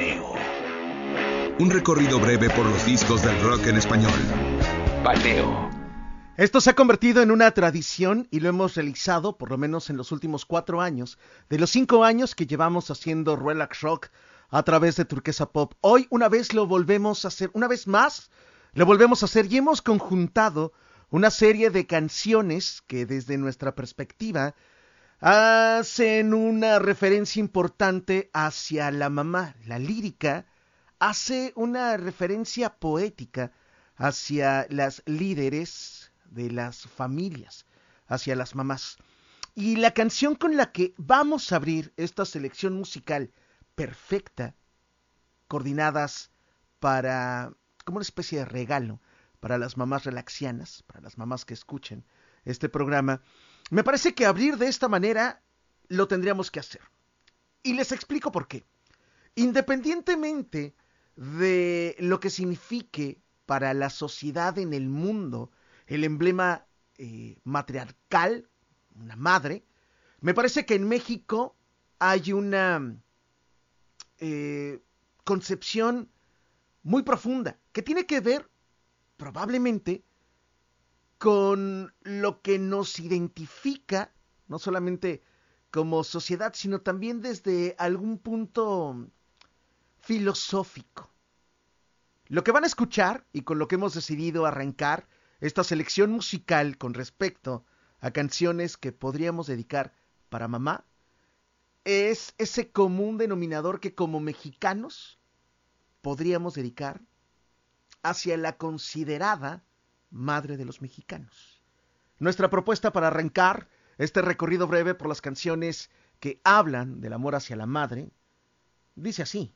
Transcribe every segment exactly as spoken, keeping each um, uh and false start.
Paleo. Un recorrido breve por los discos del rock en español. Paleo. Esto se ha convertido en una tradición y lo hemos realizado por lo menos en los últimos cuatro años, de los cinco años que llevamos haciendo Relax Rock a través de Turquesa Pop. Hoy una vez lo volvemos a hacer, una vez más lo volvemos a hacer y hemos conjuntado una serie de canciones que desde nuestra perspectiva hacen una referencia importante hacia la mamá. La lírica hace una referencia poética hacia las líderes de las familias, hacia las mamás. Y la canción con la que vamos a abrir esta selección musical perfecta, coordinadas para, como una especie de regalo, para las mamás relaxianas, para las mamás que escuchen este programa, me parece que abrir de esta manera lo tendríamos que hacer. Y les explico por qué. Independientemente de lo que signifique para la sociedad en el mundo el emblema eh, matriarcal, una madre, me parece que en México hay una eh, concepción muy profunda que tiene que ver probablemente con lo que nos identifica, no solamente como sociedad, sino también desde algún punto filosófico. Lo que van a escuchar, y con lo que hemos decidido arrancar esta selección musical con respecto a canciones que podríamos dedicar para mamá, es ese común denominador que como mexicanos podríamos dedicar hacia la considerada madre de los mexicanos. Nuestra propuesta para arrancar este recorrido breve por las canciones que hablan del amor hacia la madre dice así.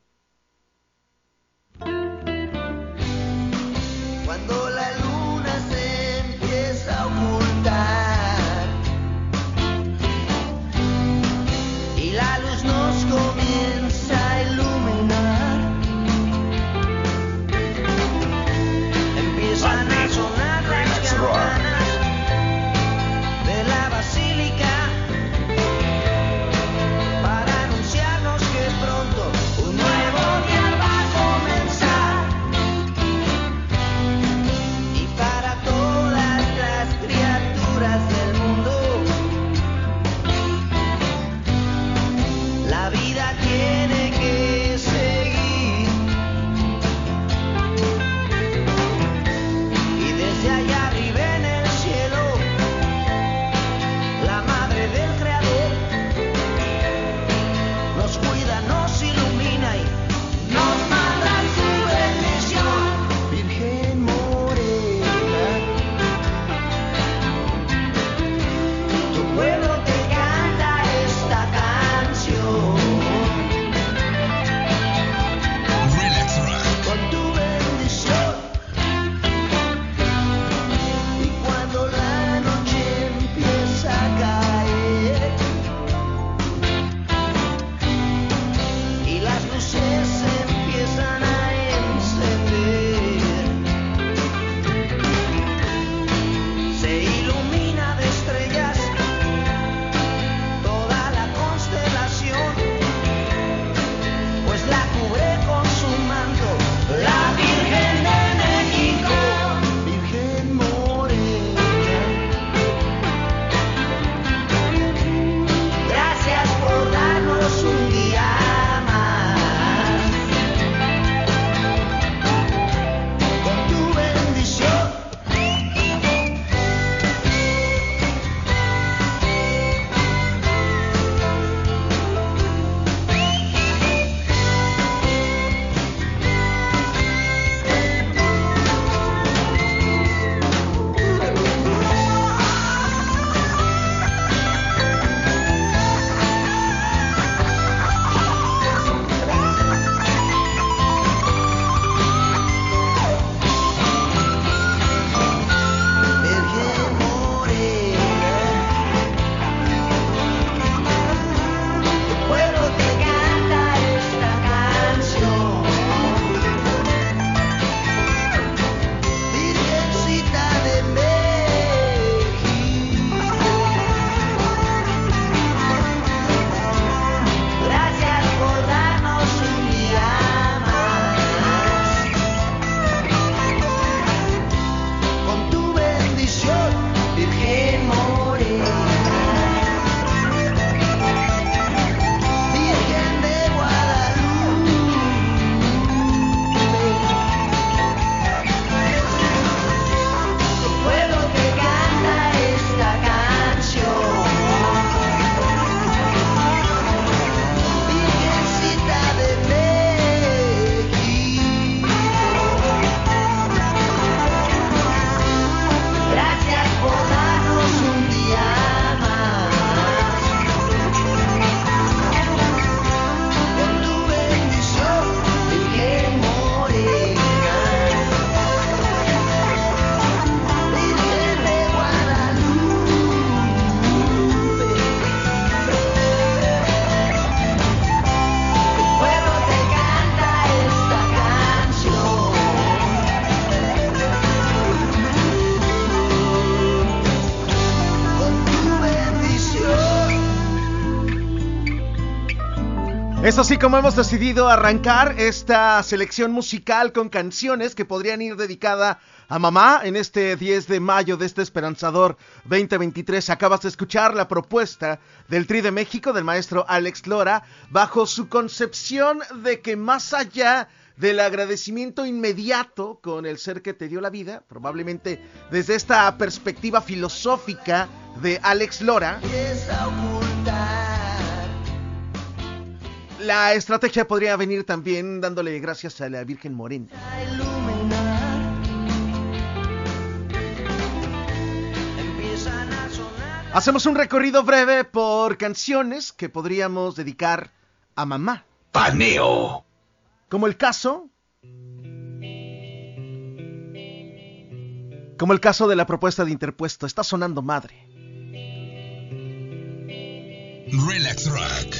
Cuando la luna se empieza a ocultar y la luz nos comienza a iluminar, empiezan a sonar las campanas de la basílica para anunciarnos que pronto un nuevo día va a comenzar. Y para todas las criaturas del mundo, la vida tiene que Es así como hemos decidido arrancar esta selección musical con canciones que podrían ir dedicada a mamá en este diez de mayo de este esperanzador veinte veintitrés. Acabas de escuchar la propuesta del Tri de México del maestro Alex Lora bajo su concepción de que más allá del agradecimiento inmediato con el ser que te dio la vida, probablemente desde esta perspectiva filosófica de Alex Lora, la estrategia podría venir también dándole gracias a la Virgen Morena. Hacemos un recorrido breve por canciones que podríamos dedicar a mamá. Paneo. Como el caso... Como el caso de la propuesta de Interpuesto. Está sonando Madre. Relax Rock.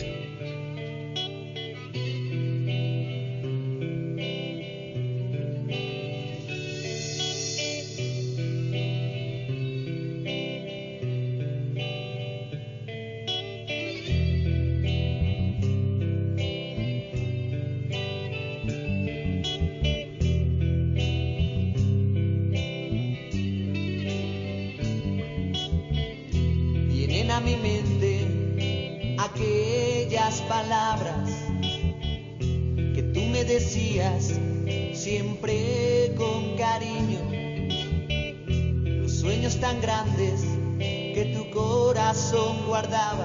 A mi mente aquellas palabras que tú me decías siempre con cariño, los sueños tan grandes que tu corazón guardaba,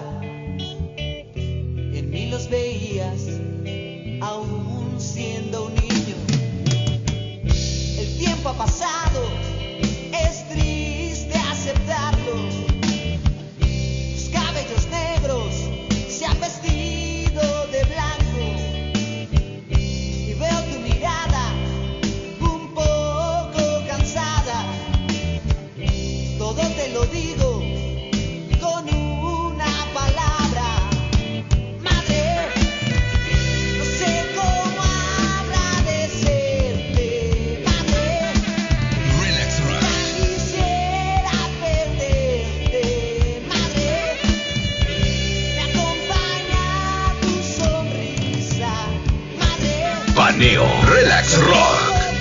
en mí los veías aún siendo un niño. El tiempo ha pasado, es triste aceptarlo. Cabellos negros se han vestido de blanco y veo tu mirada un poco cansada. Todo te lo digo con una palabra, madre. No sé cómo agradecerte, madre. Relax Rock. Quisiera perderte, madre. Paneo. Relax Rock.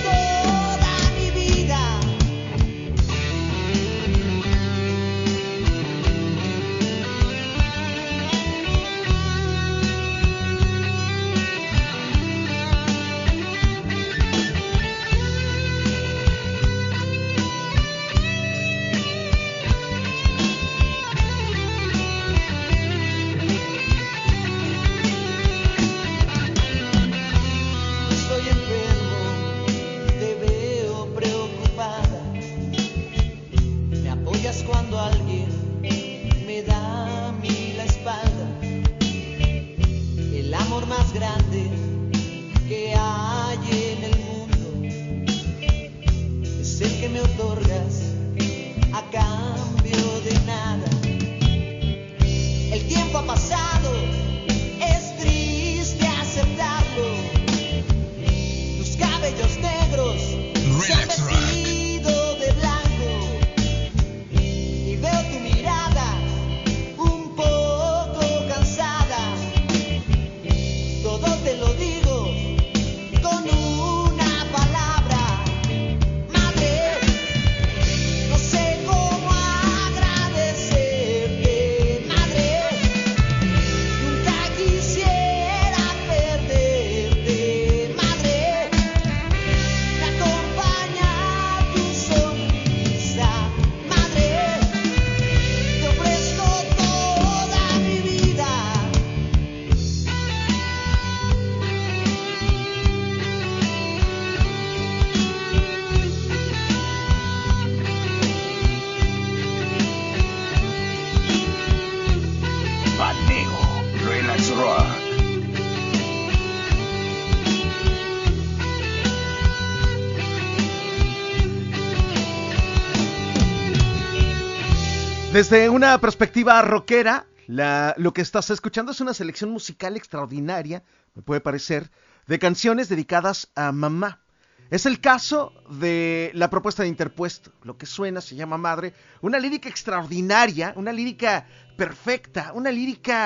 Desde una perspectiva rockera, la, lo que estás escuchando es una selección musical extraordinaria, me puede parecer, de canciones dedicadas a mamá. Es el caso de la propuesta de Interpuesto. Lo que suena se llama Madre. Una lírica extraordinaria, una lírica perfecta, una lírica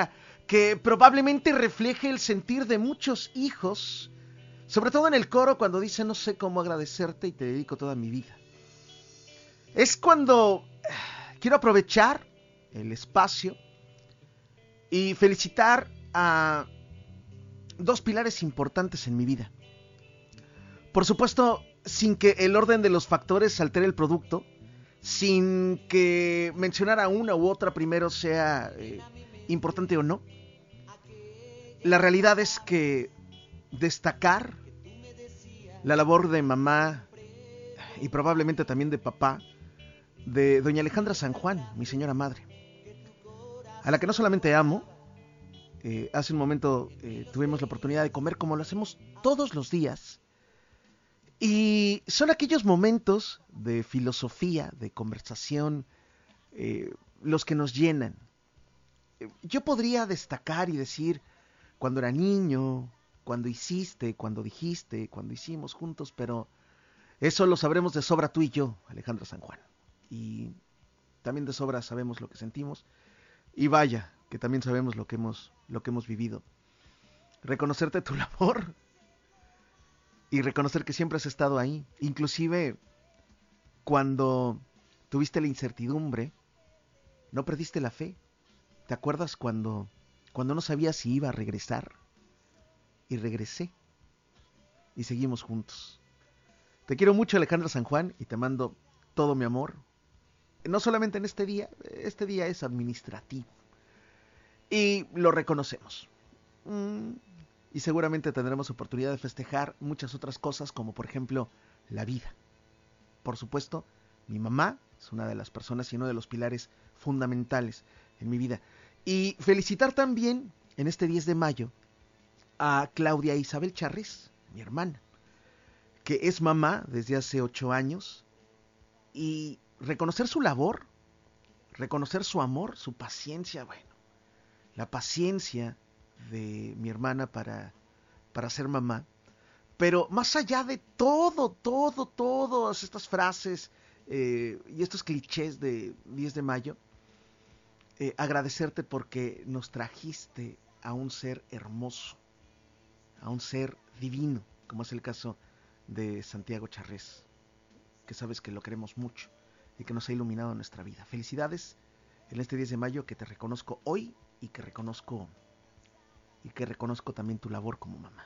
que probablemente refleje el sentir de muchos hijos, sobre todo en el coro cuando dice no sé cómo agradecerte y te dedico toda mi vida. Es cuando quiero aprovechar el espacio y felicitar a dos pilares importantes en mi vida. Por supuesto, sin que el orden de los factores altere el producto, sin que mencionar a una u otra primero sea eh, importante o no. La realidad es que destacar la labor de mamá y probablemente también de papá de doña Alejandra San Juan, mi señora madre, a la que no solamente amo, eh, hace un momento eh, tuvimos la oportunidad de comer como lo hacemos todos los días, y son aquellos momentos de filosofía, de conversación, eh, los que nos llenan. Yo podría destacar y decir cuando era niño, cuando hiciste, cuando dijiste, cuando hicimos juntos, pero eso lo sabremos de sobra tú y yo, Alejandra San Juan. Y también de sobra sabemos lo que sentimos. Y vaya, que también sabemos lo que hemos, lo que hemos vivido. Reconocerte tu labor y reconocer que siempre has estado ahí. Inclusive cuando tuviste la incertidumbre, no perdiste la fe. ¿Te acuerdas cuando, cuando no sabías si iba a regresar? Y regresé. Y seguimos juntos. Te quiero mucho, Alejandra San Juan, y te mando todo mi amor. No solamente en este día, este día es administrativo. Y lo reconocemos. Mm, y seguramente tendremos oportunidad de festejar muchas otras cosas, como por ejemplo, la vida. Por supuesto, mi mamá es una de las personas y uno de los pilares fundamentales en mi vida. Y felicitar también, en este diez de mayo, a Claudia Isabel Charris, mi hermana, que es mamá desde hace ocho años, y reconocer su labor, reconocer su amor, su paciencia, bueno, la paciencia de mi hermana para, para ser mamá, pero más allá de todo, todo, todas estas frases eh, y estos clichés de diez de mayo, eh, agradecerte porque nos trajiste a un ser hermoso, a un ser divino, como es el caso de Santiago Charrés, que sabes que lo queremos mucho y que nos ha iluminado nuestra vida. Felicidades en este diez de mayo, que te reconozco hoy y que reconozco y que reconozco también tu labor como mamá.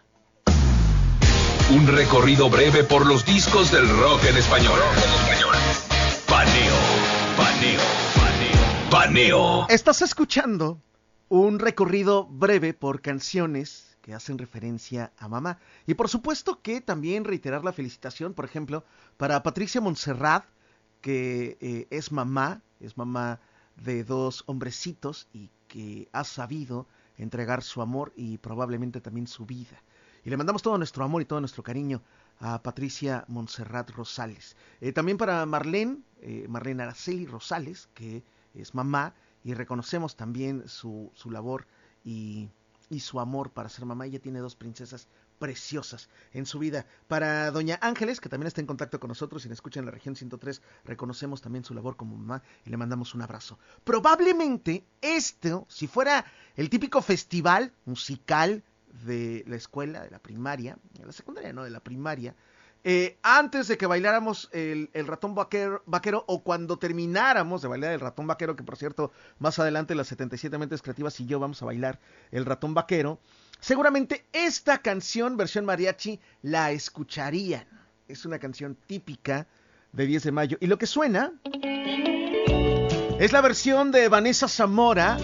Un recorrido breve por los discos del rock en español. Paneo, paneo, paneo, paneo. Estás escuchando un recorrido breve por canciones que hacen referencia a mamá. Y por supuesto que también reiterar la felicitación, por ejemplo, para Patricia Montserrat, que eh, es mamá, es mamá de dos hombrecitos y que ha sabido entregar su amor y probablemente también su vida. Y le mandamos todo nuestro amor y todo nuestro cariño a Patricia Montserrat Rosales. Eh, también para Marlene, eh, Marlene Araceli Rosales, que es mamá, y reconocemos también su, su labor y, y su amor para ser mamá. Ella tiene dos princesas preciosas en su vida. Para doña Ángeles, que también está en contacto con nosotros y nos escucha en la región ciento tres, reconocemos también su labor como mamá y le mandamos un abrazo. Probablemente esto, si fuera el típico festival musical de la escuela, de la primaria, de la secundaria no, de la primaria, eh, antes de que bailáramos el, el ratón vaquero, vaquero o cuando termináramos de bailar el ratón vaquero, que por cierto, más adelante las setenta y siete Mentes Creativas y yo vamos a bailar el ratón vaquero, seguramente esta canción, versión mariachi, la escucharían. Es una canción típica de diez de mayo. Y lo que suena es la versión de Vanessa Zamora,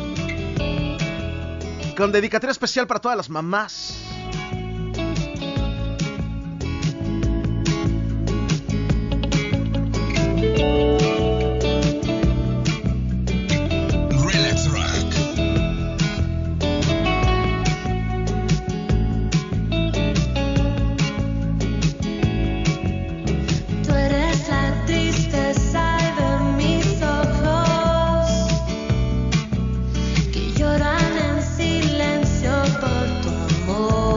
con dedicatoria especial para todas las mamás. Lloran en silencio por tu amor.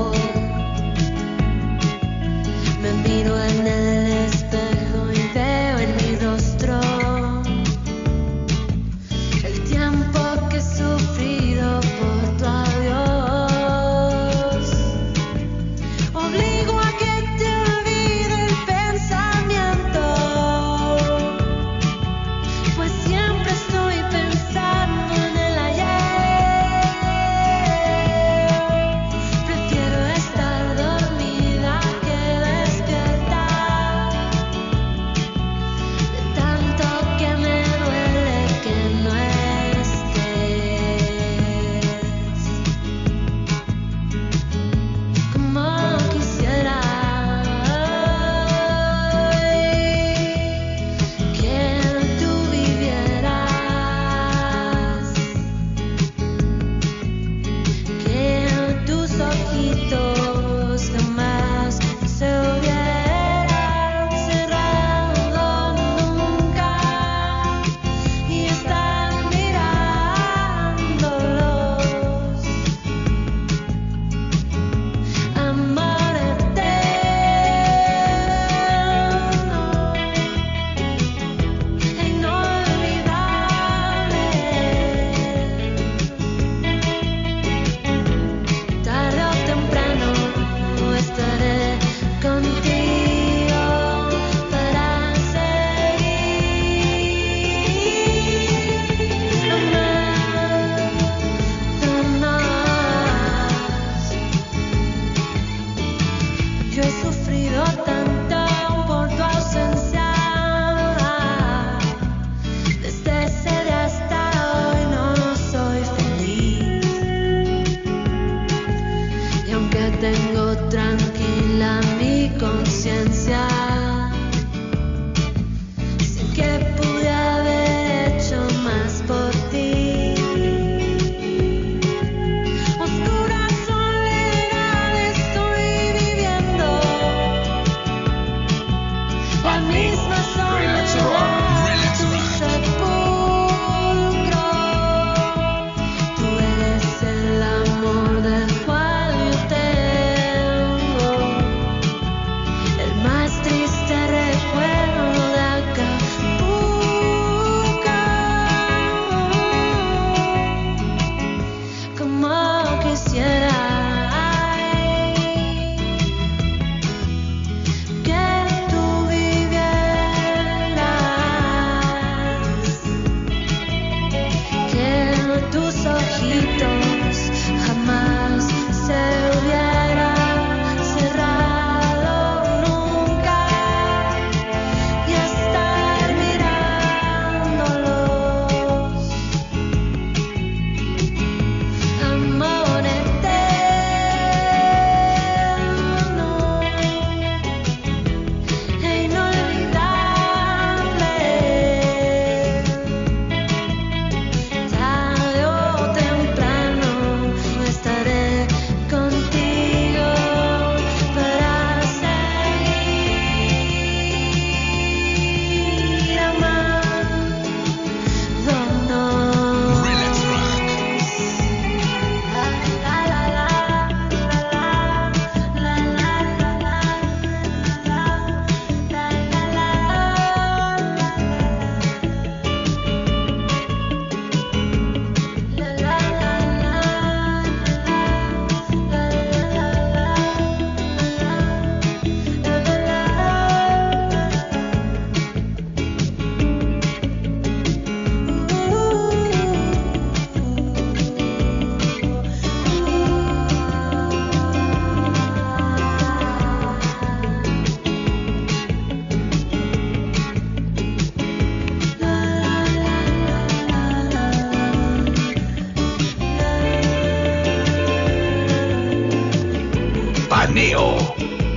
Paneo.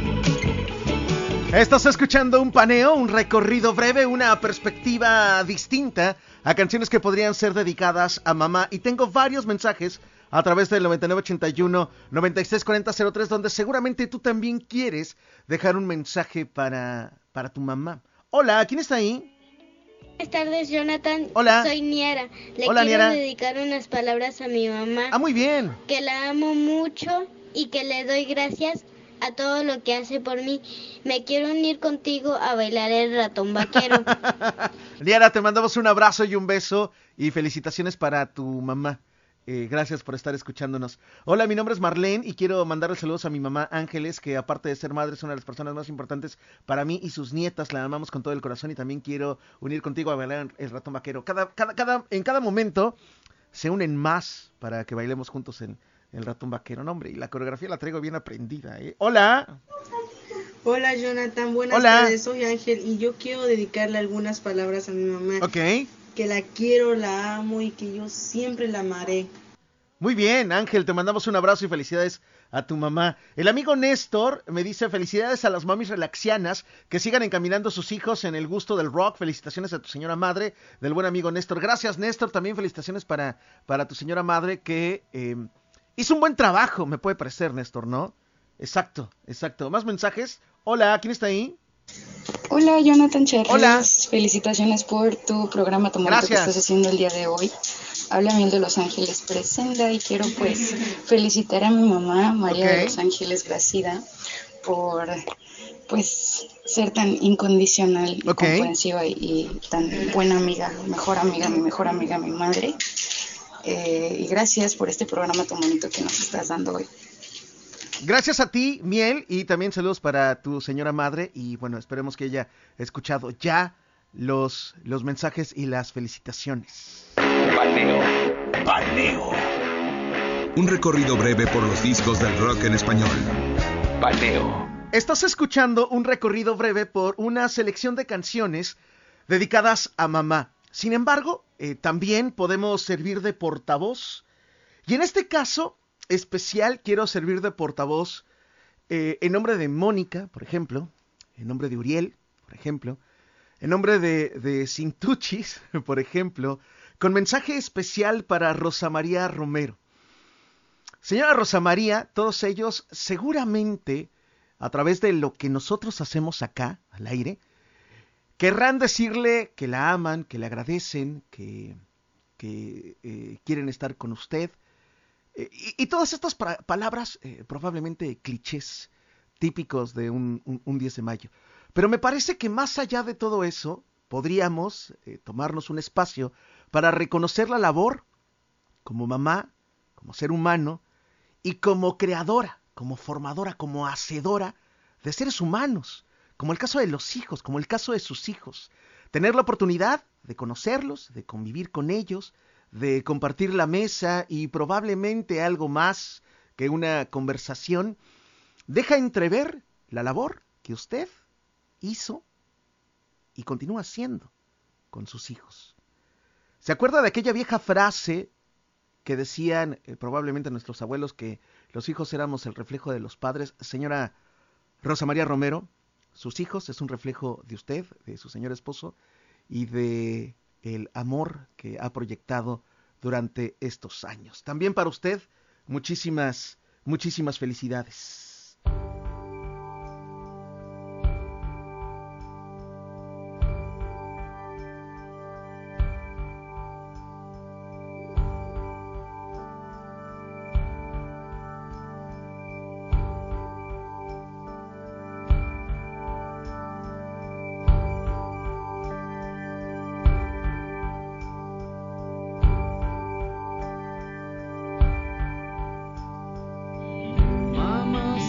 Estás escuchando un paneo, un recorrido breve, una perspectiva distinta a canciones que podrían ser dedicadas a mamá. Y tengo varios mensajes a través del noventa y nueve ochenta y uno, noventa y seis cuarenta cero tres, donde seguramente tú también quieres dejar un mensaje para, para tu mamá. Hola, ¿quién está ahí? Buenas tardes, Jonathan. Hola. Soy Niara. Le Hola, quiero Niara. dedicar unas palabras a mi mamá. Ah, muy bien. Que la amo mucho y que le doy gracias a todo lo que hace por mí. Me quiero unir contigo a bailar el ratón vaquero. Niara, te mandamos un abrazo y un beso y felicitaciones para tu mamá. Eh, gracias por estar escuchándonos. Hola, mi nombre es Marlene y quiero mandarle saludos a mi mamá Ángeles, que aparte de ser madre es una de las personas más importantes para mí y sus nietas. La amamos con todo el corazón y también quiero unir contigo a bailar el ratón vaquero. Cada, cada, cada, en cada momento se unen más para que bailemos juntos en el ratón vaquero. No, hombre, y la coreografía la traigo bien aprendida, ¿eh? Hola. Hola, Jonathan, buenas Hola. tardes, soy Ángel y yo quiero dedicarle algunas palabras a mi mamá. Ok. Que la quiero, la amo y que yo siempre la amaré. Muy bien, Ángel, te mandamos un abrazo y felicidades a tu mamá. El amigo Néstor me dice felicidades a las mamis relaxianas que sigan encaminando a sus hijos en el gusto del rock. Felicitaciones a tu señora madre, del buen amigo Néstor. Gracias, Néstor. También felicitaciones para, para tu señora madre que eh, hizo un buen trabajo, me puede parecer, Néstor, ¿no? Exacto, exacto. ¿Más mensajes? Hola, ¿quién está ahí? Hola, Jonathan Charles. Hola. Felicitaciones por tu programa tan bonito que Gracias. estás haciendo el día de hoy. Habla Miel de Los Ángeles Presenda y quiero pues felicitar a mi mamá, María Ok. de Los Ángeles Gracida, por pues ser tan incondicional y Ok. comprensiva y, y tan buena amiga, mejor amiga, mi mejor amiga, mi madre. Eh, y gracias por este programa tan bonito que nos estás dando hoy. Gracias a ti, Miel, y también saludos para tu señora madre. Y bueno, esperemos que haya escuchado ya los, los mensajes y las felicitaciones. Paneo. Paneo. Un recorrido breve por los discos del rock en español. Paneo. Estás escuchando un recorrido breve por una selección de canciones dedicadas a mamá. Sin embargo, eh, también podemos servir de portavoz. Y en este caso especial quiero servir de portavoz eh, en nombre de Mónica, por ejemplo, en nombre de Uriel, por ejemplo, en nombre de, de Cintuchis, por ejemplo, con mensaje especial para Rosa María Romero. Señora Rosa María, todos ellos seguramente, a través de lo que nosotros hacemos acá, al aire, querrán decirle que la aman, que le agradecen, que, que eh, quieren estar con usted. Eh, y, y todas estas pra- palabras, eh, probablemente clichés típicos de un, un, un diez de mayo. Pero me parece que más allá de todo eso, podríamos eh, tomarnos un espacio para reconocer la labor como mamá, como ser humano, y como creadora, como formadora, como hacedora de seres humanos, como el caso de los hijos, como el caso de sus hijos. Tener la oportunidad de conocerlos, de convivir con ellos, de compartir la mesa y probablemente algo más que una conversación, deja entrever la labor que usted hizo y continúa haciendo con sus hijos. ¿Se acuerda de aquella vieja frase que decían eh, probablemente nuestros abuelos, que los hijos éramos el reflejo de los padres? Señora Rosa María Romero, sus hijos es un reflejo de usted, de su señor esposo y de el amor que ha proyectado durante estos años. También para usted, muchísimas, muchísimas felicidades. Mama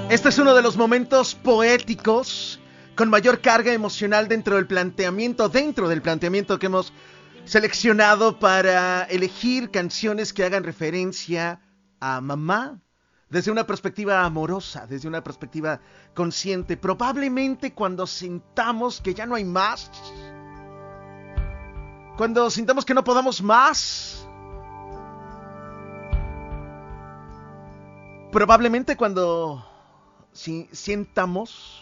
Este es uno de los momentos poéticos con mayor carga emocional dentro del planteamiento, dentro del planteamiento que hemos seleccionado para elegir canciones que hagan referencia a mamá desde una perspectiva amorosa, desde una perspectiva consciente. Probablemente cuando sintamos que ya no hay más, cuando sintamos que no podamos más, probablemente cuando si, sientamos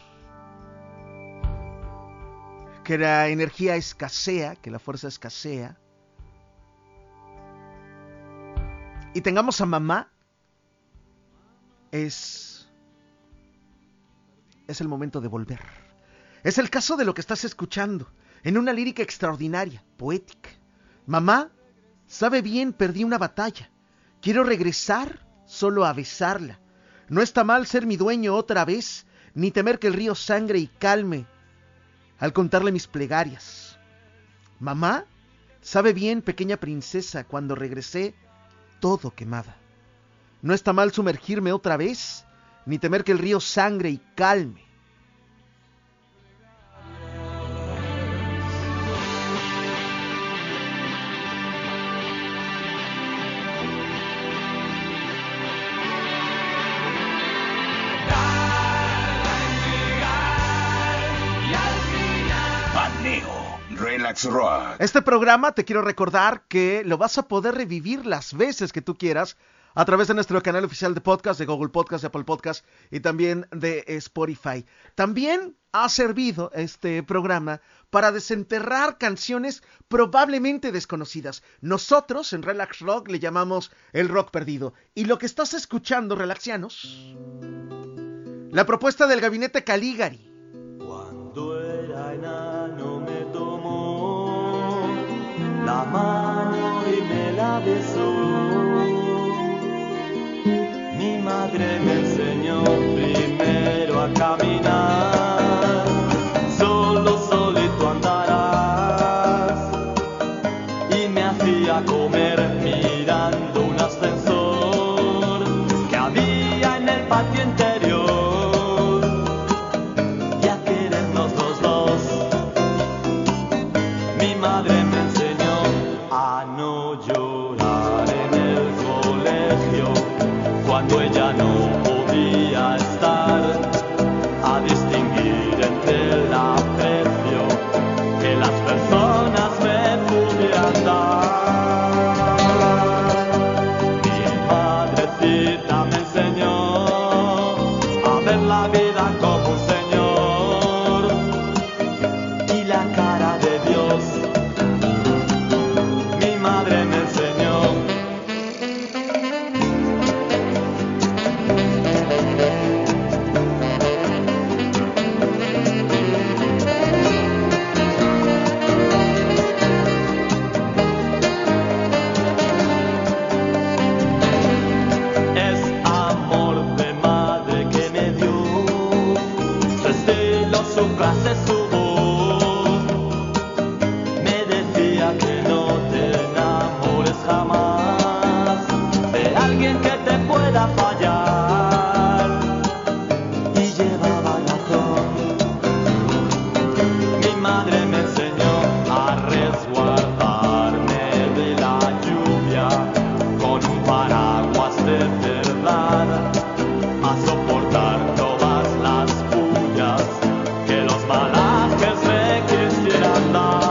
que la energía escasea, que la fuerza escasea, y tengamos a mamá, es, es el momento de volver. Es el caso de lo que estás escuchando, en una lírica extraordinaria, poética. Mamá, sabe bien, perdí una batalla. Quiero regresar solo a besarla. No está mal ser mi dueño otra vez, ni temer que el río sangre y calme al contarle mis plegarias. Mamá, sabe bien, pequeña princesa, cuando regresé todo quemada. No está mal sumergirme otra vez, ni temer que el río sangre y calme. Relax Rock. Este programa te quiero recordar que lo vas a poder revivir las veces que tú quieras a través de nuestro canal oficial de podcast, de Google Podcast, de Apple Podcast y también de Spotify. También ha servido este programa para desenterrar canciones probablemente desconocidas. Nosotros en Relax Rock le llamamos el rock perdido. Y lo que estás escuchando, relaxianos, la propuesta del Gabinete Caligari. Cuando era enano me tomó la mano y me la besó. Mi madre me enseñó primero a caminar. Solo, solito andarás. Y me hacía comer mirando un ascensor que había en el patio interior. Madre me enseñó a no llorar en el colegio cuando ella no podía estar, a distinguir entre el aprecio que las personas me pudieran dar. Mi madrecita me enseñó a ver la vida como un señor y la cara de Dios. Madre me enseñó. Es amor de madre que me dio, su estilo, su clase, su voz. Me decía que no te jamás de alguien que te pueda fallar, y llevaba razón. Mi madre me enseñó a resguardarme de la lluvia con un paraguas de verdad, a soportar todas las pullas que los malajes me quisieran dar.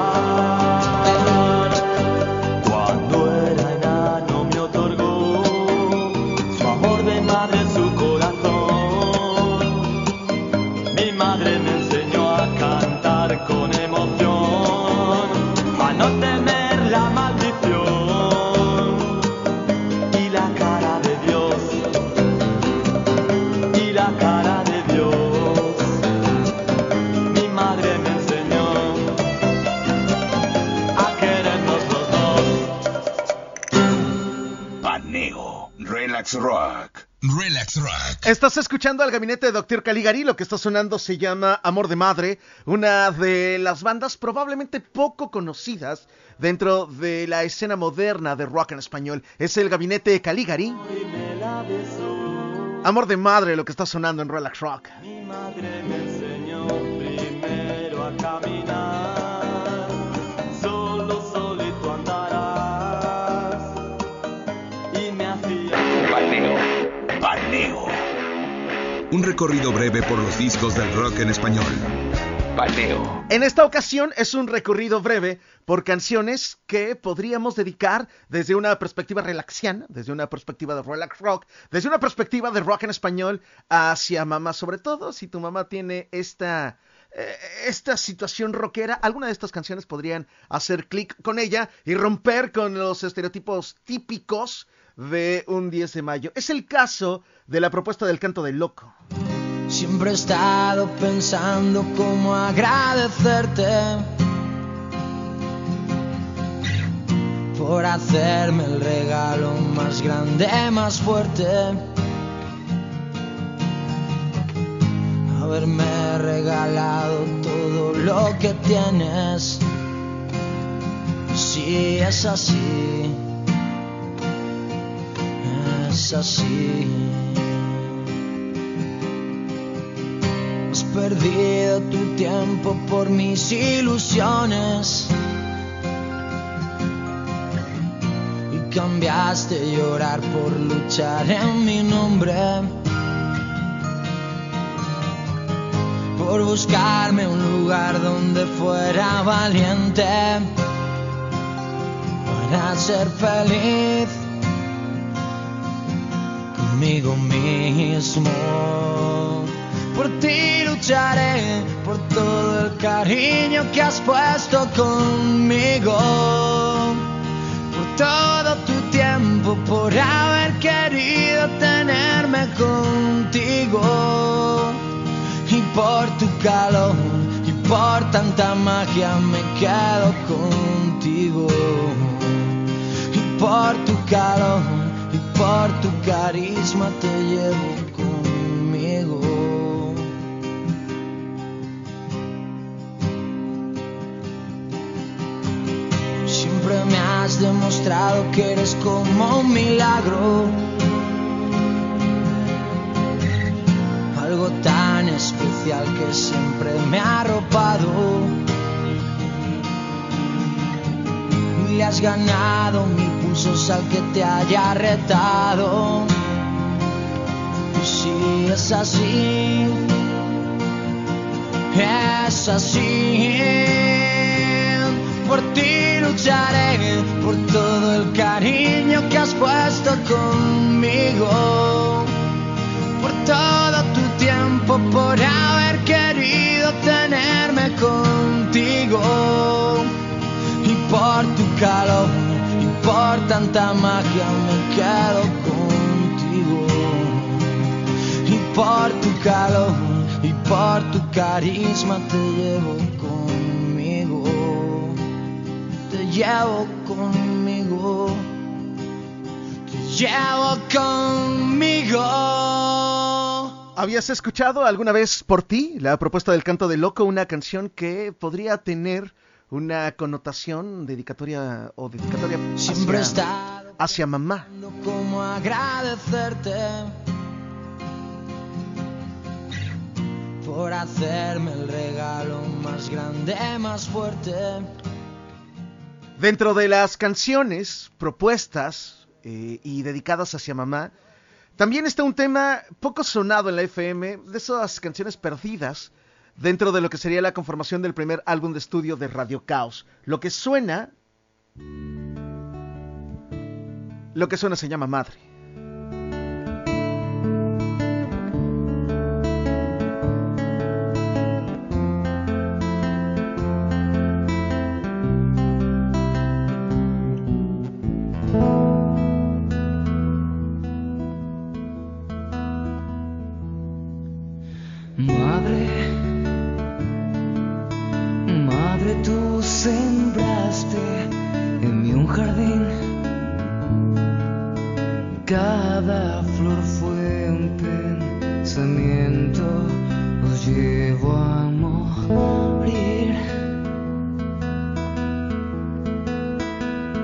Madre su corazón, mi madre me enseñó a cantar con emoción, a no temer la maldición, y la cara de Dios, y la cara de Dios, mi madre me enseñó a querernos los dos. Paneo, Relax Rock. Relax Rock. Estás escuchando al Gabinete de Doctor Caligari. Lo que está sonando se llama Amor de Madre, una de las bandas probablemente poco conocidas dentro de la escena moderna de rock en español. Es el Gabinete Caligari. Amor de madre, lo que está sonando en Relax Rock. Mi madre me enseñó primero a caminar. Solo, solito andarás. Y me hacía Paneo. Paneo. Un recorrido breve por los discos del rock en español. Paneo. En esta ocasión es un recorrido breve por canciones que podríamos dedicar desde una perspectiva relaxiana, desde una perspectiva de relax rock, desde una perspectiva de rock en español hacia mamá, sobre todo si tu mamá tiene esta, eh, esta situación rockera. Alguna de estas canciones podrían hacer clic con ella y romper con los estereotipos típicos de un diez de mayo. Es el caso de la propuesta del Canto del Loco. Siempre he estado pensando cómo agradecerte por hacerme el regalo más grande, más fuerte. Haberme regalado todo lo que tienes. Sí, es así, es así. Has perdido tu tiempo por mis ilusiones y cambiaste llorar por luchar en mi nombre, por buscarme un lugar donde fuera valiente para ser feliz conmigo mismo. Por ti lucharé, por todo el cariño que has puesto conmigo, por todo tu tiempo, por haber querido tenerme contigo, y por tu calor, y por tanta magia me quedo contigo, y por tu calor, y por tu carisma te llevo conmigo. Siempre me has demostrado que eres como un milagro, algo tan especial que siempre me ha arropado, y le has ganado mil pulsos al que te haya retado. Y si es así, es así. Por ti lucharé, por todo el cariño que has puesto conmigo, por todo tu tiempo, por haber querido tenerme contigo, y por tu calor, y por tanta magia me quedo contigo, y por tu calor, y por tu carisma te llevo conmigo. Te llevo conmigo, te llevo conmigo. ¿Habías escuchado alguna vez Por ti, la propuesta del Canto del Loco? Una canción que podría tener una connotación dedicatoria o dedicatoria Siempre hacia, hacia mamá. Cómo agradecerte por hacerme el regalo más grande, más fuerte. Dentro de las canciones propuestas eh, y dedicadas hacia mamá, también está un tema poco sonado en la F M, de esas canciones perdidas dentro de lo que sería la conformación del primer álbum de estudio de Radio Caos. Lo que suena... Lo que suena se llama Madre.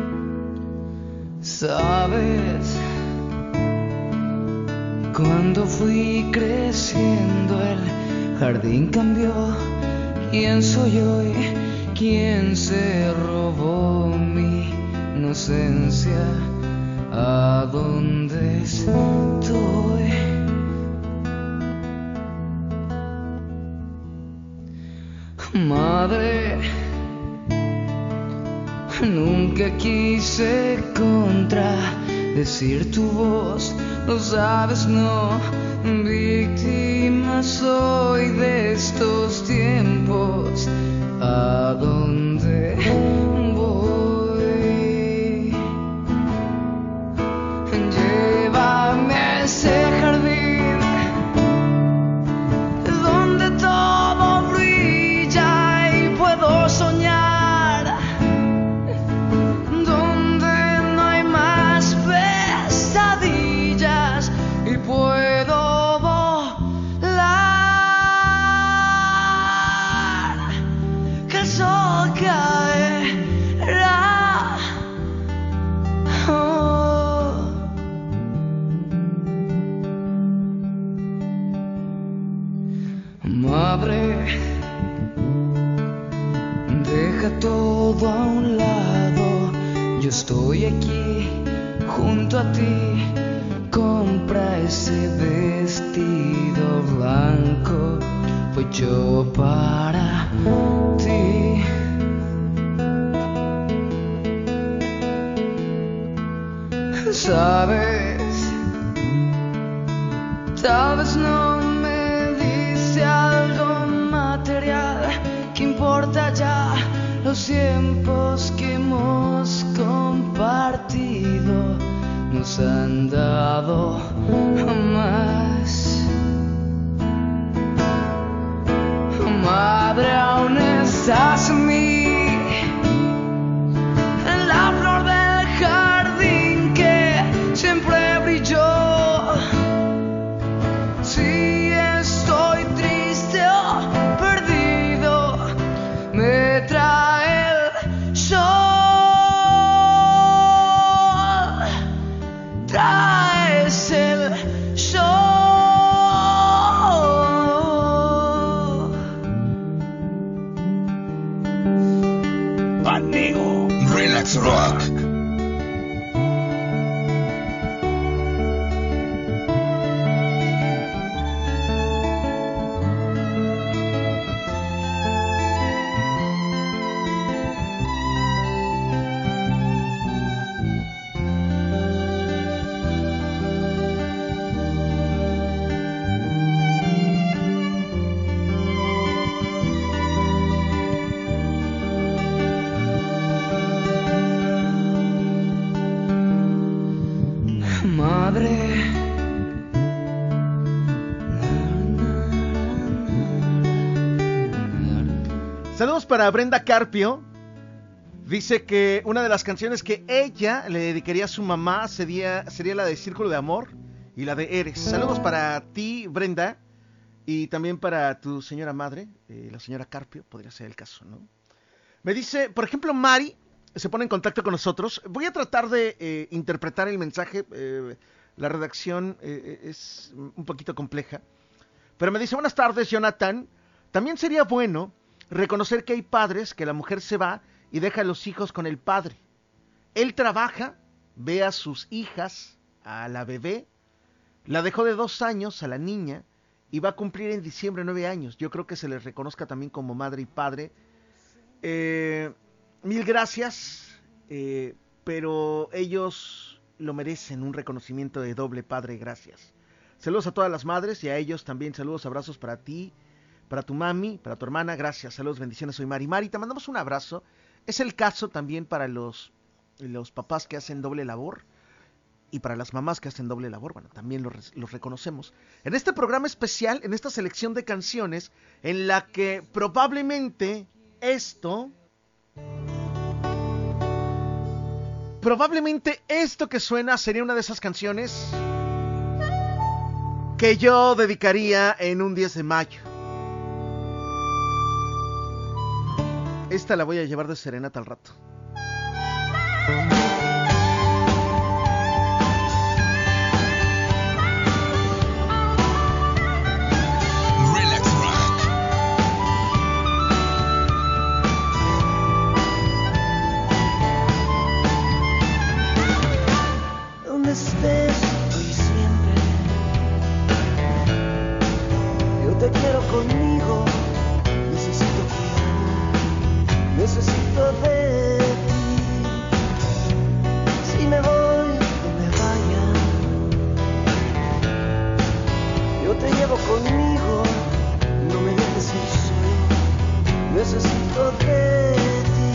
Cuando fui creciendo el jardín cambió. ¿Quién soy hoy? ¿Quién se robó mi inocencia? ¿A dónde estoy? Madre, nunca quise contradecir tu voz, lo sabes, no. Víctima soy de estos tiempos. ¿A dónde voy? Llévame a ese jardín donde todo brilla y puedo soñar, donde no hay más pesadillas y puedo caerá. Oh. Madre, deja todo a un lado, yo estoy aquí junto a ti. Compra ese vestido blanco, fue hecho para ti. Sabes, tal vez no me dice algo material, que importa ya los tiempos que hemos compartido, nos han dado más. Madre, aún estás en mí, en la flor del jardín que siempre brilló. Si estoy triste o perdido, me trae el sol, traes el sol. Paneo Relax Rock. Madre, saludos para Brenda Carpio. Dice que una de las canciones que ella le dedicaría a su mamá sería, sería la de Círculo de Amor y la de Eres. Saludos para ti, Brenda, y también para tu señora madre, eh, la señora Carpio, podría ser el caso, ¿no? Me dice, por ejemplo, Mari se pone en contacto con nosotros. Voy a tratar de eh, interpretar el mensaje. Eh, la redacción eh, es un poquito compleja. Pero me dice, buenas tardes, Jonathan. También sería bueno reconocer que hay padres que la mujer se va y deja a los hijos con el padre. Él trabaja, ve a sus hijas, a la bebé. La dejó de dos años a la niña y va a cumplir en diciembre nueve años. Yo creo que se les reconozca también como madre y padre. Eh... Mil gracias, eh, pero ellos lo merecen, un reconocimiento de doble, padre, gracias. Saludos a todas las madres y a ellos también, saludos, abrazos para ti, para tu mami, para tu hermana, gracias, saludos, bendiciones, soy Mari. Mari, te mandamos un abrazo. Es el caso también para los, los papás que hacen doble labor y para las mamás que hacen doble labor, bueno, también los, los reconocemos. En este programa especial, en esta selección de canciones, en la que probablemente esto... Probablemente esto que suena sería una de esas canciones que yo dedicaría en un diez de mayo. Esta la voy a llevar de serenata al rato. te quiero conmigo. Necesito cuidado, necesito de ti. Si me voy, no me vaya. Yo te llevo conmigo, no me dejes ir solo. Necesito de ti.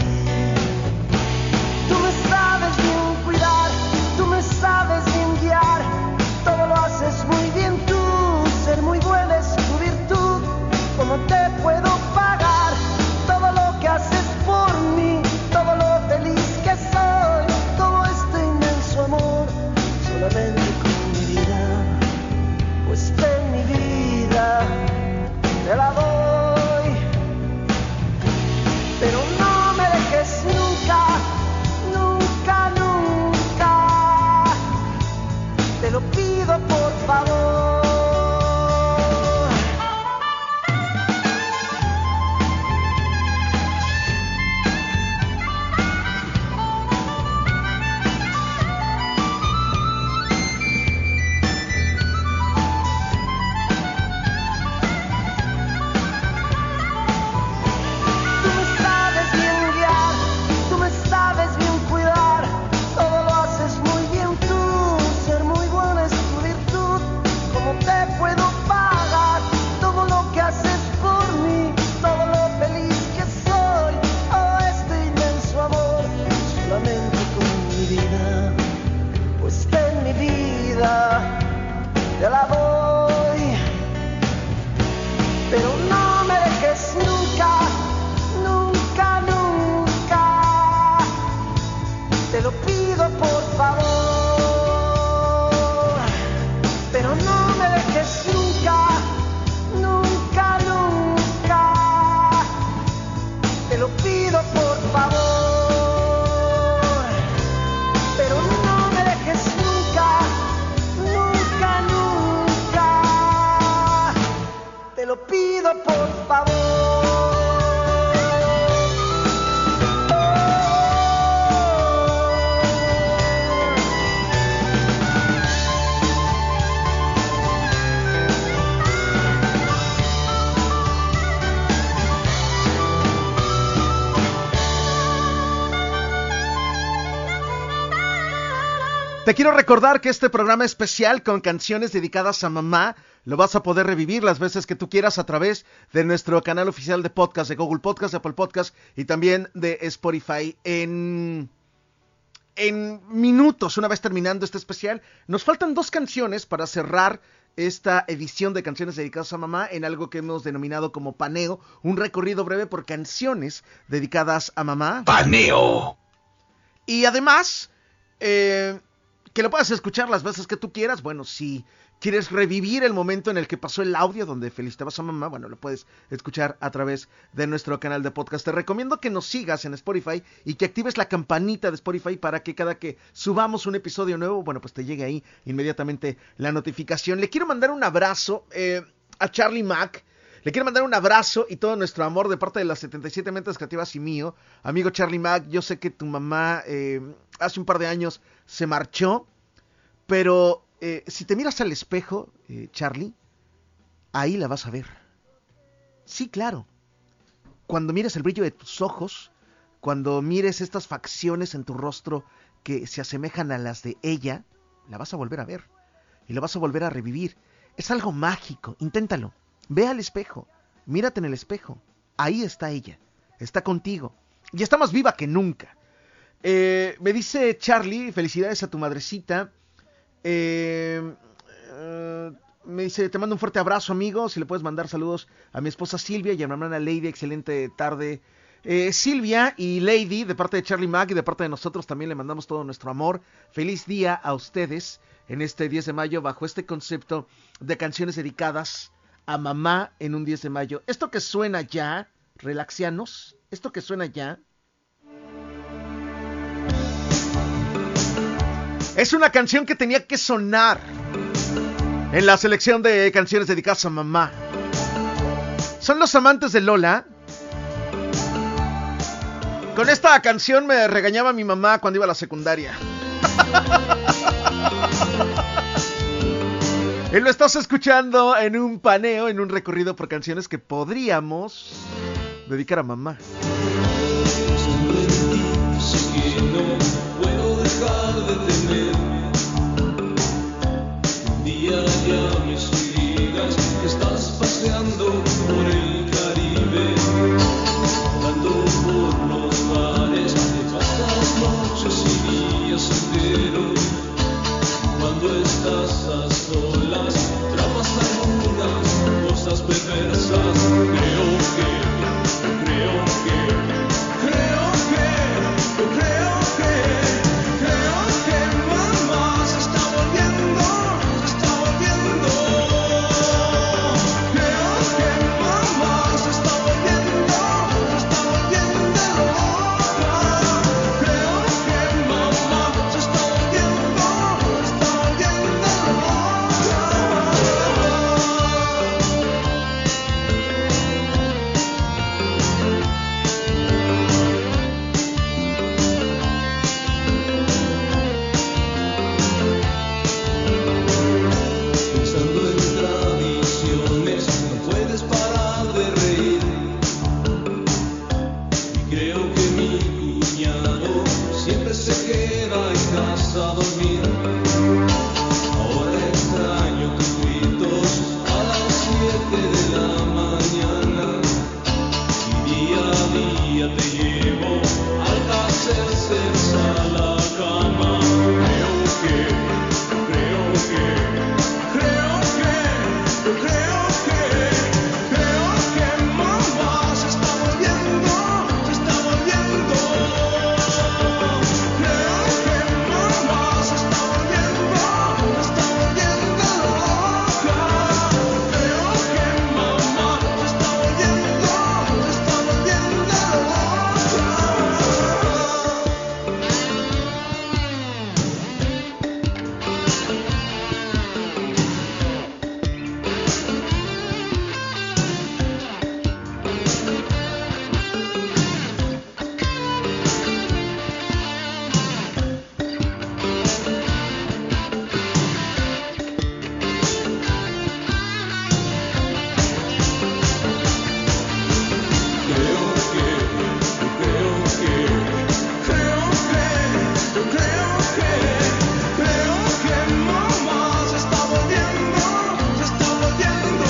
Tú me sabes bien cuidar, tú me sabes bien guiar. Todo lo haces muy bien tú, ser muy buena es tu virtud. ¿Cómo te puedo pagar todo lo que haces por mí? Todo lo feliz que soy, todo este inmenso amor, solamente con mi vida, puesta en mi vida, te la doy. Pero no me dejes nunca, nunca, nunca, te lo pido por favor. Te la doy, pero no me dejes nunca, nunca, nunca, te lo pido por favor, pero no me dejes nunca, nunca, nunca, te lo pido por favor. Te lo pido por favor. Te quiero recordar que este programa especial con canciones dedicadas a mamá lo vas a poder revivir las veces que tú quieras a través de nuestro canal oficial de podcast de Google Podcast, de Apple Podcast y también de Spotify en, en minutos. Una vez terminando este especial, nos faltan dos canciones para cerrar esta edición de canciones dedicadas a mamá en algo que hemos denominado como paneo, un recorrido breve por canciones dedicadas a mamá. ¡Paneo! Y además, eh... que lo puedas escuchar las veces que tú quieras. Bueno, si quieres revivir el momento en el que pasó el audio donde felicitabas a mamá, bueno, lo puedes escuchar a través de nuestro canal de podcast. Te recomiendo que nos sigas en Spotify y que actives la campanita de Spotify para que cada que subamos un episodio nuevo, bueno, pues te llegue ahí inmediatamente la notificación. Le quiero mandar un abrazo eh, a Charlie Mack. Le quiero mandar un abrazo y todo nuestro amor de parte de las setenta y siete Mentes Creativas y mío. Amigo Charlie Mack, yo sé que tu mamá eh, hace un par de años se marchó, pero eh, si te miras al espejo, eh, Charlie, ahí la vas a ver. Sí, claro. Cuando mires el brillo de tus ojos, cuando mires estas facciones en tu rostro que se asemejan a las de ella, la vas a volver a ver y la vas a volver a revivir. Es algo mágico, inténtalo. Ve al espejo, mírate en el espejo, ahí está ella, está contigo, y está más viva que nunca. Eh, me dice Charlie, felicidades a tu madrecita, eh, eh, me dice, te mando un fuerte abrazo, amigo, si le puedes mandar saludos a mi esposa Silvia y a mi hermana Lady, excelente tarde. Eh, Silvia y Lady, de parte de Charlie Mack y de parte de nosotros también le mandamos todo nuestro amor. Feliz día a ustedes en este diez de mayo bajo este concepto de canciones dedicadas a mamá en un diez de mayo. Esto que suena ya, relaxianos, esto que suena ya, es una canción que tenía que sonar en la selección de canciones dedicadas a mamá. Son Los Amantes de Lola. Con esta canción me regañaba mi mamá cuando iba a la secundaria. Y lo estás escuchando en un paneo, en un recorrido por canciones que podríamos dedicar a mamá. No puedo dejar de tener un día ya me digas que estás paseando por el Caribe, andando por los bares, te pasas noches y días enteros. Cuando estás a solas, tramas algunas cosas perversas. Creo que, creo que, creo que, creo que, creo que mamá se está volviendo, se está volviendo. Creo que mamá se está volviendo, se está volviendo loca. Creo que mamá se está volviendo, se está volviendo loca. Pensando en tradiciones, no puedes parar de reír. Y creo que mi cuñado siempre se queda en casa a dormir. Ahora extraño tus gritos a las siete de la mañana. Y día a día te llevo al hacerse a la cama. Creo que, creo que, creo que, creo que, creo que mamá se está volviendo, se está volviendo. Creo que mamá se está volviendo, se está volviendo loca. Creo que mamá se está volviendo, se está volviendo loca. Creo que, creo que, creo que, creo que, creo que mamá se está volviendo, se está volviendo.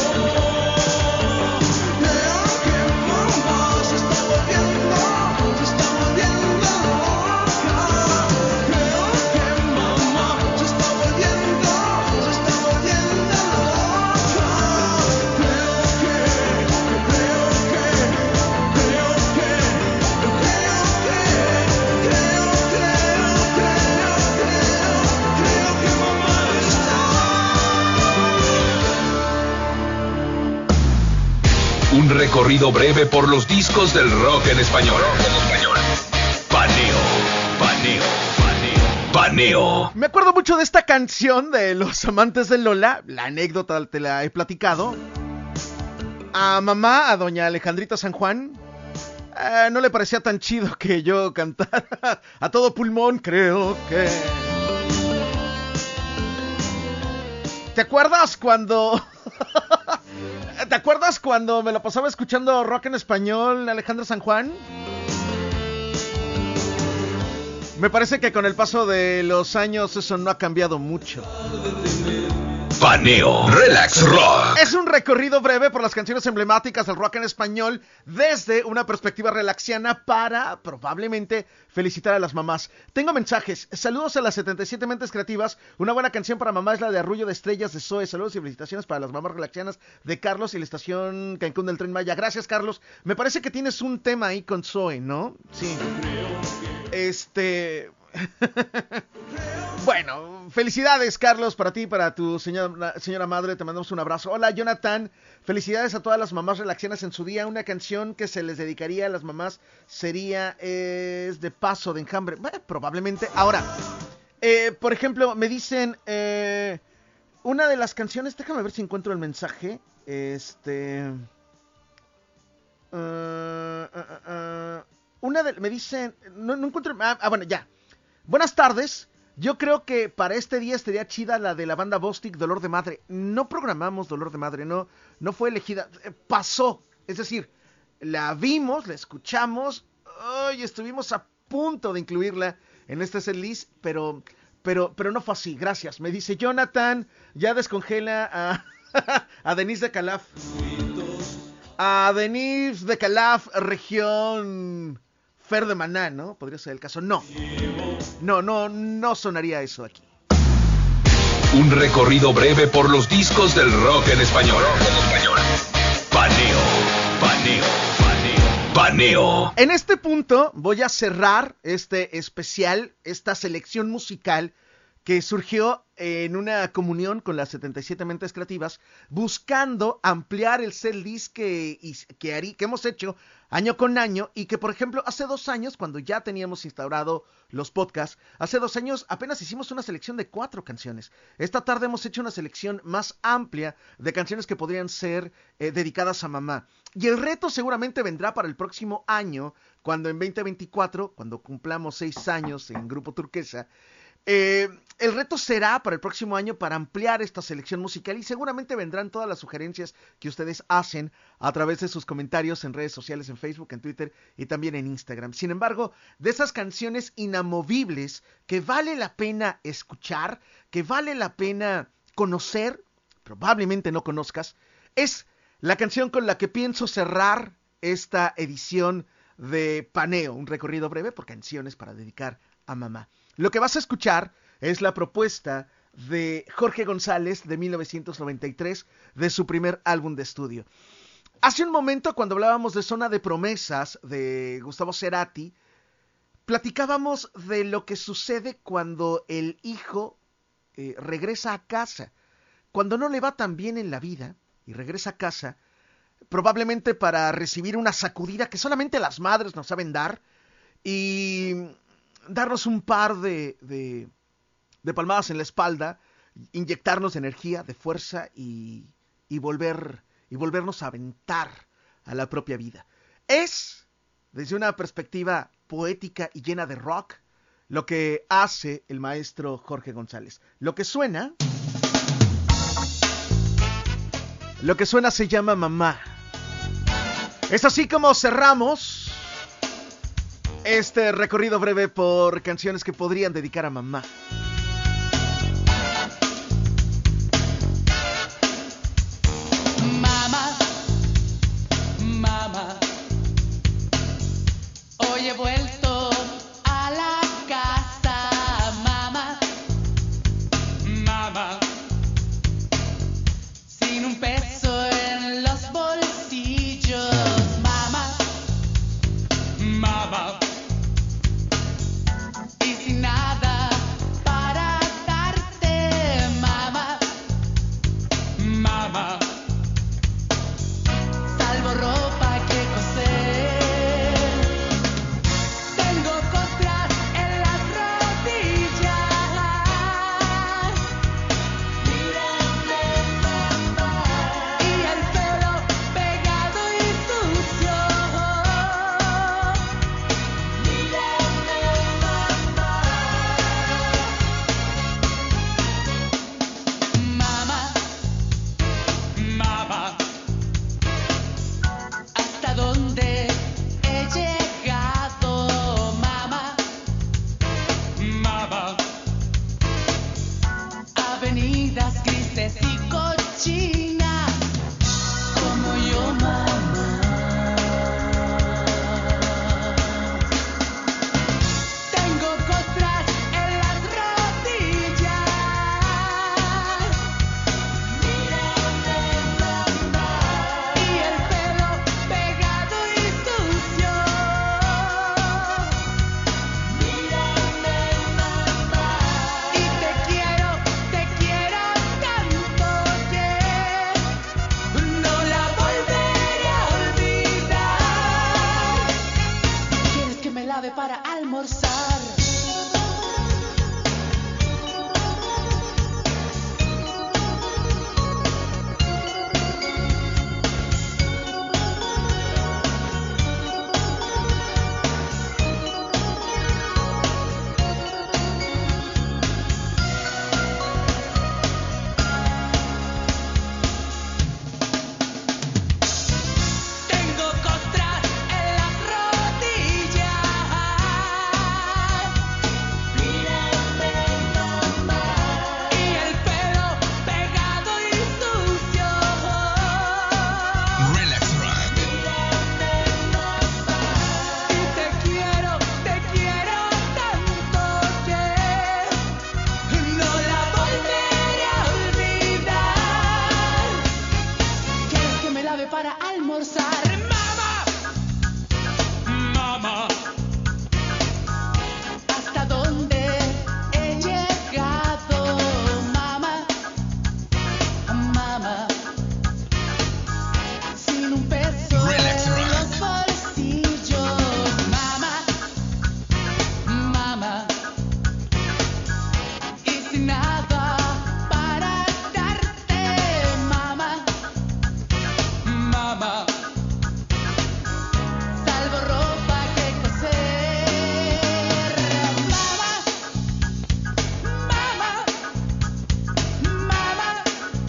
Creo que mamá se está volviendo, se está volviendo loca. Creo que mamá se está volviendo, se está volviendo loca. Creo que, creo que, creo que, creo que, creo, creo, creo, creo, creo que mamá está. Un recorrido breve por los discos del rock en español. Paneo, paneo, paneo, paneo. Me acuerdo mucho de esta canción de Los Amantes de Lola. La anécdota te la he platicado. A mamá, a doña Alejandrita San Juan, eh, no le parecía tan chido que yo cantara a todo pulmón. Creo que... ¿Te acuerdas cuando... ¿Te acuerdas cuando me la pasaba escuchando rock en español, Alejandra San Juan? Me parece que con el paso de los años eso no ha cambiado mucho. Paneo, relax rock. Es un recorrido breve por las canciones emblemáticas del rock en español desde una perspectiva relaxiana para, probablemente, felicitar a las mamás. Tengo mensajes. Saludos a las setenta y siete Mentes Creativas. Una buena canción para mamá es la de Arrullo de Estrellas de Zoe. Saludos y felicitaciones para las mamás relaxianas de Carlos y la estación Cancún del Tren Maya. Gracias, Carlos. Me parece que tienes un tema ahí con Zoe, ¿no? Sí. Este... Bueno, felicidades, Carlos, para ti y para tu señora, señora madre. Te mandamos un abrazo. Hola, Jonathan. Felicidades a todas las mamás relaxianas en su día. Una canción que se les dedicaría a las mamás sería Es de Paso de Enjambre. Bueno, probablemente. Ahora, eh, por ejemplo, me dicen eh, una de las canciones. Déjame ver si encuentro el mensaje. Este... Uh, uh, uh, uh, una de... Me dicen... No, no encuentro... Ah, ah, bueno, ya. Buenas tardes. Yo creo que para este día estaría chida la de la banda Bostik, Dolor de Madre. No programamos Dolor de Madre, no, no fue elegida, pasó. Es decir, la vimos, la escuchamos, y estuvimos a punto de incluirla en este setlist, pero, pero, pero no fue así. Gracias. Me dice Jonathan, ya descongela a, a Denise de Calaf. A Denise de Calaf, región Fer de Maná, ¿no? Podría ser el caso. No. No, no, no sonaría eso aquí. Un recorrido breve por los discos del rock en español. Paneo, paneo, paneo, paneo. En este punto voy a cerrar este especial, esta selección musical que surgió en una comunión con las setenta y siete Mentes Creativas, buscando ampliar el setlist que, que, harí, que hemos hecho año con año, y que, por ejemplo, hace dos años, cuando ya teníamos instaurado los podcasts, hace dos años apenas hicimos una selección de cuatro canciones. Esta tarde hemos hecho una selección más amplia de canciones que podrían ser eh, dedicadas a mamá. Y el reto seguramente vendrá para el próximo año, cuando en veinte veinticuatro, cuando cumplamos seis años en Grupo Turquesa, Eh, el reto será para el próximo año para ampliar esta selección musical, y seguramente vendrán todas las sugerencias que ustedes hacen a través de sus comentarios en redes sociales, en Facebook, en Twitter y también en Instagram. Sin embargo, de esas canciones inamovibles que vale la pena escuchar, que vale la pena conocer, probablemente no conozcas, es la canción con la que pienso cerrar esta edición de Paneo, un recorrido breve por canciones para dedicar a mamá. Lo que vas a escuchar es la propuesta de Jorge González de mil novecientos noventa y tres, de su primer álbum de estudio. Hace un momento, cuando hablábamos de Zona de Promesas de Gustavo Cerati, platicábamos de lo que sucede cuando el hijo eh, regresa a casa, cuando no le va tan bien en la vida y regresa a casa, probablemente para recibir una sacudida que solamente las madres nos saben dar, y darnos un par de, de, de palmadas en la espalda, inyectarnos energía, de fuerza y, y, volver, y volvernos a aventar a la propia vida. Es, desde una perspectiva poética y llena de rock, lo que hace el maestro Jorge González. Lo que suena... Lo que suena se llama Mamá. Es así como cerramos este recorrido breve por canciones que podrían dedicar a mamá. Mamá, mamá, hoy he vuelto a la casa. Mamá, mamá, sin un peso en los bolsillos. Mamá, mamá, nada para almorzar. Mamá, mamá, ¿hasta dónde he llegado? Mamá, mamá, sin un peso Relax en los bolsillos. Mamá, mamá, y sin nada para darte. Mamá, mamá, salvo ropa que coser. Mamá, mamá, mamá,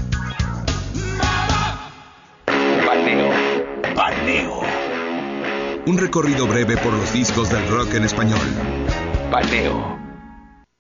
mamá. Paneo. Paneo. Un recorrido breve por los discos del rock en español. Paneo.